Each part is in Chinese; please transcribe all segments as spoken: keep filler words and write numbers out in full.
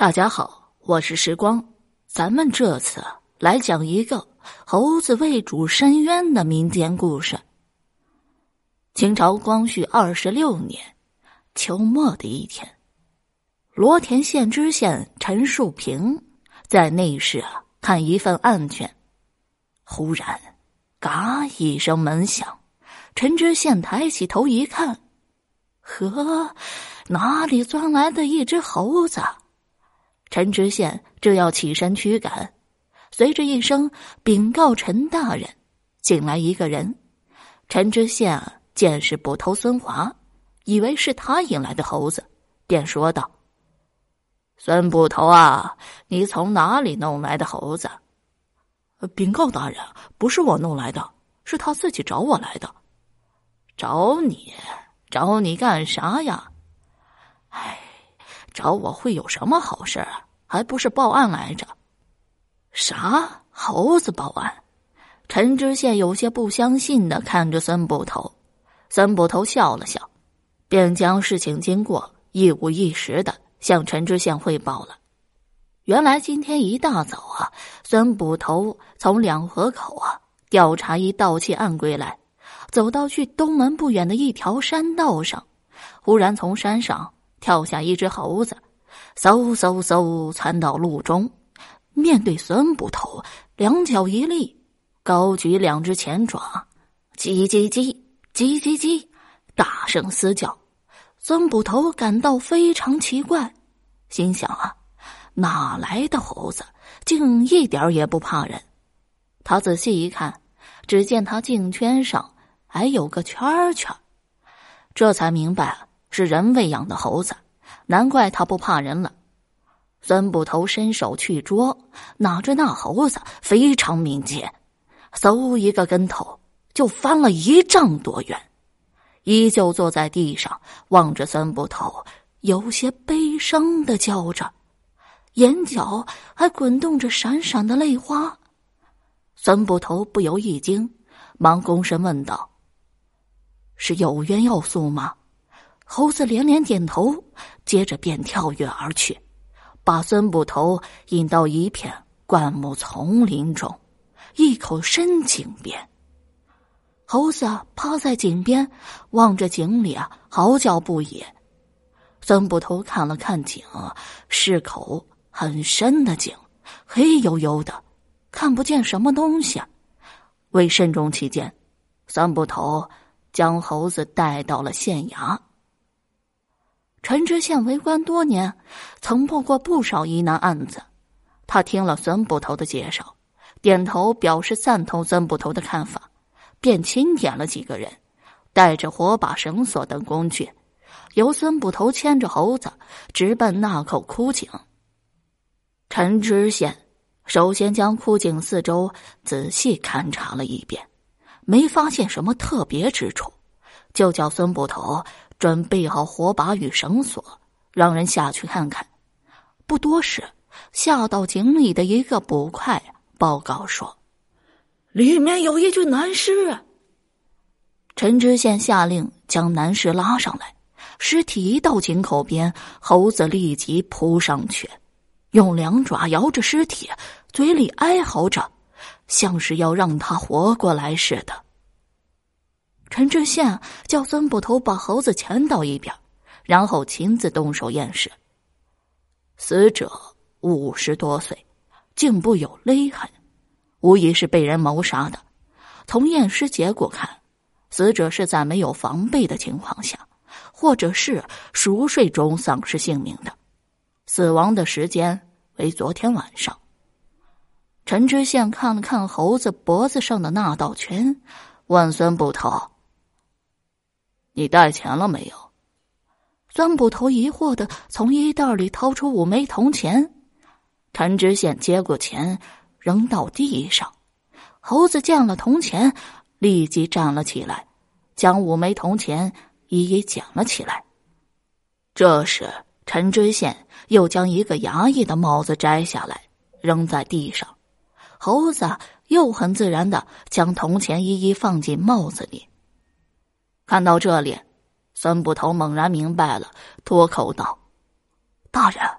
大家好，我是时光，咱们这次来讲一个猴子为主申冤的民间故事。清朝光绪二十六年秋末的一天，罗田县知县陈树平在内室看一份案卷，忽然嘎一声门响，陈知县抬起头一看，呵，哪里钻来的一只猴子？陈知县正要起身驱赶，随着一声禀告陈大人，进来一个人。陈知县见是捕头孙华，以为是他引来的猴子，便说道：孙捕头啊，你从哪里弄来的猴子？ 禀告大人，不是我弄来的，是他自己找我来的。 找你？找你干啥呀？ 唉，找我会有什么好事啊？还不是报案来着。 啥？猴子报案？陈知县有些不相信地看着孙捕头。孙捕头笑了笑，便将事情经过一五一十地向陈知县汇报了。原来今天一大早啊，孙捕头从两河口啊调查一盗窃案归来，走到去东门不远的一条山道上，忽然从山上跳下一只猴子，嗖嗖嗖窜到路中，面对孙捕头，两脚一立，高举两只前爪，叽叽叽叽叽叽大声嘶叫。孙捕头感到非常奇怪，心想啊，哪来的猴子竟一点也不怕人。他仔细一看，只见他颈圈上还有个圈圈，这才明白是人喂养的猴子，难怪他不怕人了。孙捕头伸手去捉，哪知那猴子非常敏捷，嗖一个跟头就翻了一丈多远，依旧坐在地上望着孙捕头，有些悲伤地叫着，眼角还滚动着闪闪的泪花。孙捕头不由一惊，忙躬身问道：是有冤要诉吗？猴子连连点头，接着便跳跃而去，把孙捕头引到一片灌木丛林中，一口深井边。猴子趴在井边，望着井里啊嚎叫不已。孙捕头看了看井，是口很深的井，黑黝黝的，看不见什么东西。为慎重起见，孙捕头将猴子带到了县衙。陈知县为官多年，曾破过不少疑难案子。他听了孙捕头的介绍，点头表示赞同孙捕头的看法，便钦点了几个人，带着火把、绳索等工具，由孙捕头牵着猴子直奔那口枯井。陈知县首先将枯井四周仔细勘察了一遍，没发现什么特别之处，就叫孙捕头准备好火把与绳索，让人下去看看。不多时，下到井里的一个捕快报告说， 里面有一具男尸。 陈知县下令将男尸拉上来，尸体一到井口边，猴子立即扑上去，用两爪摇着尸体，嘴里哀嚎着，像是要让他活过来似的。陈知县叫孙捕头把猴子牵到一边，然后亲自动手验尸。死者五十多岁，颈部有勒痕，无疑是被人谋杀的。从验尸结果看，死者是在没有防备的情况下，或者是熟睡中丧失性命的，死亡的时间为昨天晚上。陈知县看了看猴子脖子上的那道圈，问孙捕头，你带钱了没有？孙捕头疑惑地从衣袋里掏出五枚铜钱。陈知县接过钱扔到地上，猴子见了铜钱，立即站了起来，将五枚铜钱一一捡了起来。这时陈知县又将一个衙役的帽子摘下来扔在地上，猴子又很自然地将铜钱一一放进帽子里。看到这里，孙捕头猛然明白了，脱口道：大人，这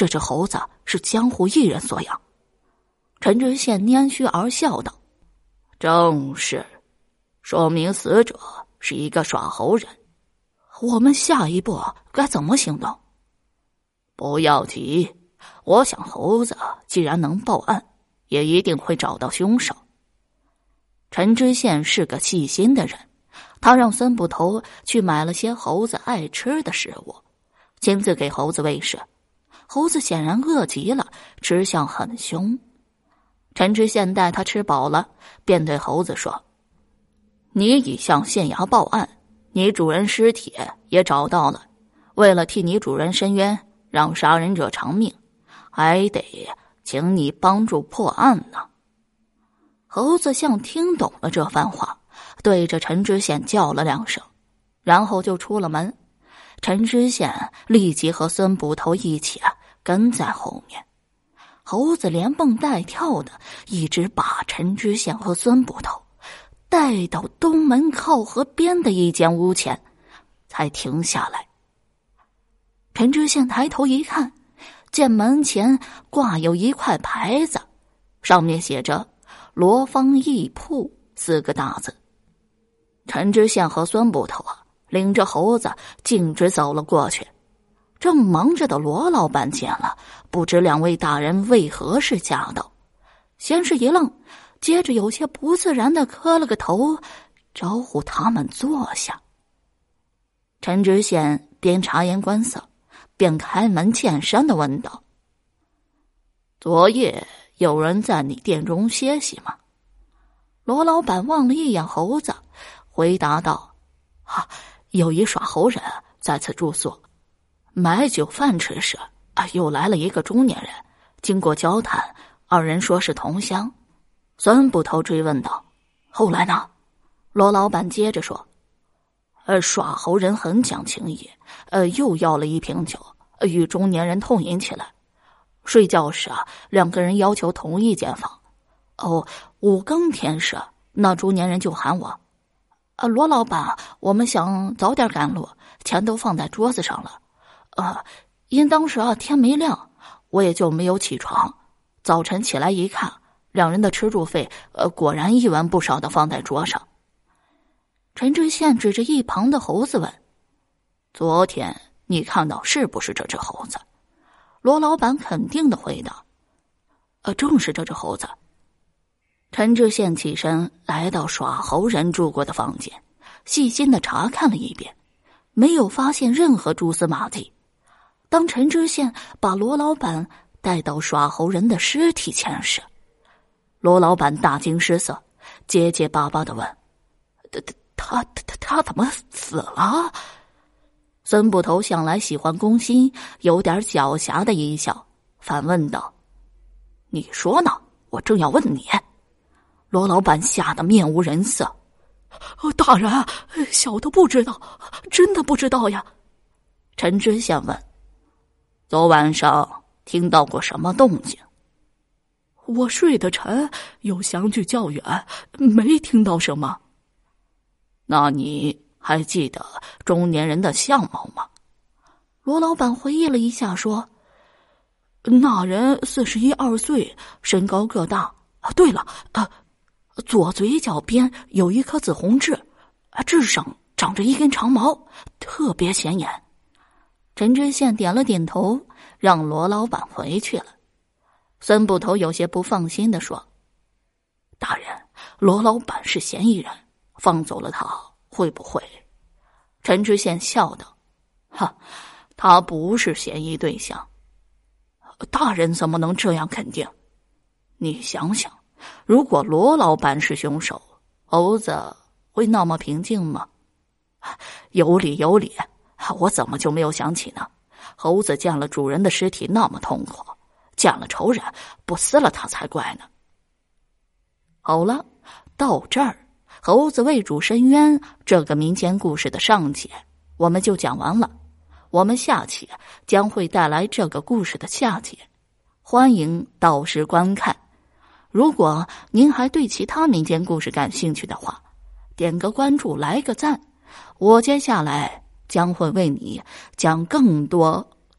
这只猴子是江湖艺人所养。陈知县拈须而笑道：正是，说明死者是一个耍猴人。我们下一步该怎么行动？不要急，我想猴子既然能报案，也一定会找到凶手。陈知县是个细心的人，他让孙捕头去买了些猴子爱吃的食物，亲自给猴子喂食。猴子显然饿极了，吃相很凶。陈知县待他吃饱了，便对猴子说：你已向县衙报案，你主人尸体也找到了，为了替你主人伸冤，让杀人者偿命，还得请你帮助破案呢。猴子像听懂了这番话，对着陈知县叫了两声，然后就出了门。陈知县立即和孙捕头一起跟在后面。猴子连蹦带跳的，一直把陈知县和孙捕头带到东门靠河边的一间屋前，才停下来。陈知县抬头一看，见门前挂有一块牌子，上面写着罗芳义铺四个大字。陈知县和孙捕头啊，领着猴子径直走了过去。正忙着的罗老板见了，不知两位大人为何是驾到，先是一愣，接着有些不自然地磕了个头，招呼他们坐下。陈知县边察言观色，便开门见山地问道：昨夜有人在你店中歇息吗？罗老板望了一眼猴子，回答道：啊，有一耍猴人在此住宿，买酒饭吃时啊，又来了一个中年人，经过交谈，二人说是同乡。孙捕头追问道：后来呢？罗老板接着说：呃，耍猴人很讲情义，呃，又要了一瓶酒，呃、与中年人痛饮起来。睡觉时啊，两个人要求同一间房。哦，五更天时，那中年人就喊我：呃，罗老板，我们想早点赶路，钱都放在桌子上了。呃，因当时啊天没亮，我也就没有起床。早晨起来一看，两人的吃住费，呃，果然一文不少的放在桌上。陈知县指着一旁的猴子问：昨天你看到是不是这只猴子？罗老板肯定的回答：呃，正是这只猴子。陈知县起身来到耍猴人住过的房间，细心的查看了一遍，没有发现任何蛛丝马迹。当陈知县把罗老板带到耍猴人的尸体前时，罗老板大惊失色，结结巴巴的问：他他他他怎么死了？孙捕头向来喜欢攻心，有点狡黠的一笑，反问道：你说呢？我正要问你。罗老板吓得面无人色：大人，小的不知道，真的不知道呀。陈知县问：昨晚上听到过什么动静？我睡得沉，又相距较远，没听到什么。那你还记得中年人的相貌吗？罗老板回忆了一下说：那人四十一二岁，身高个大。对了，呃，左嘴角边有一颗紫红痣，痣上长着一根长毛，特别显眼。陈知县点了点头，让罗老板回去了。孙捕头有些不放心地说：大人，罗老板是嫌疑人，放走了他会不会？陈知县笑道：哈，他不是嫌疑对象。大人怎么能这样肯定？你想想，如果罗老板是凶手，猴子会那么平静吗？有理有理，我怎么就没有想起呢？猴子见了主人的尸体那么痛苦，见了仇人不撕了他才怪呢。好了，到这儿，猴子为主伸冤这个民间故事的上节我们就讲完了。我们下期将会带来这个故事的下节，欢迎到时观看。如果您还对其他民间故事感兴趣的话，点个关注，来个赞，我接下来将会为你讲更多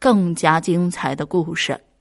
更加精彩的故事。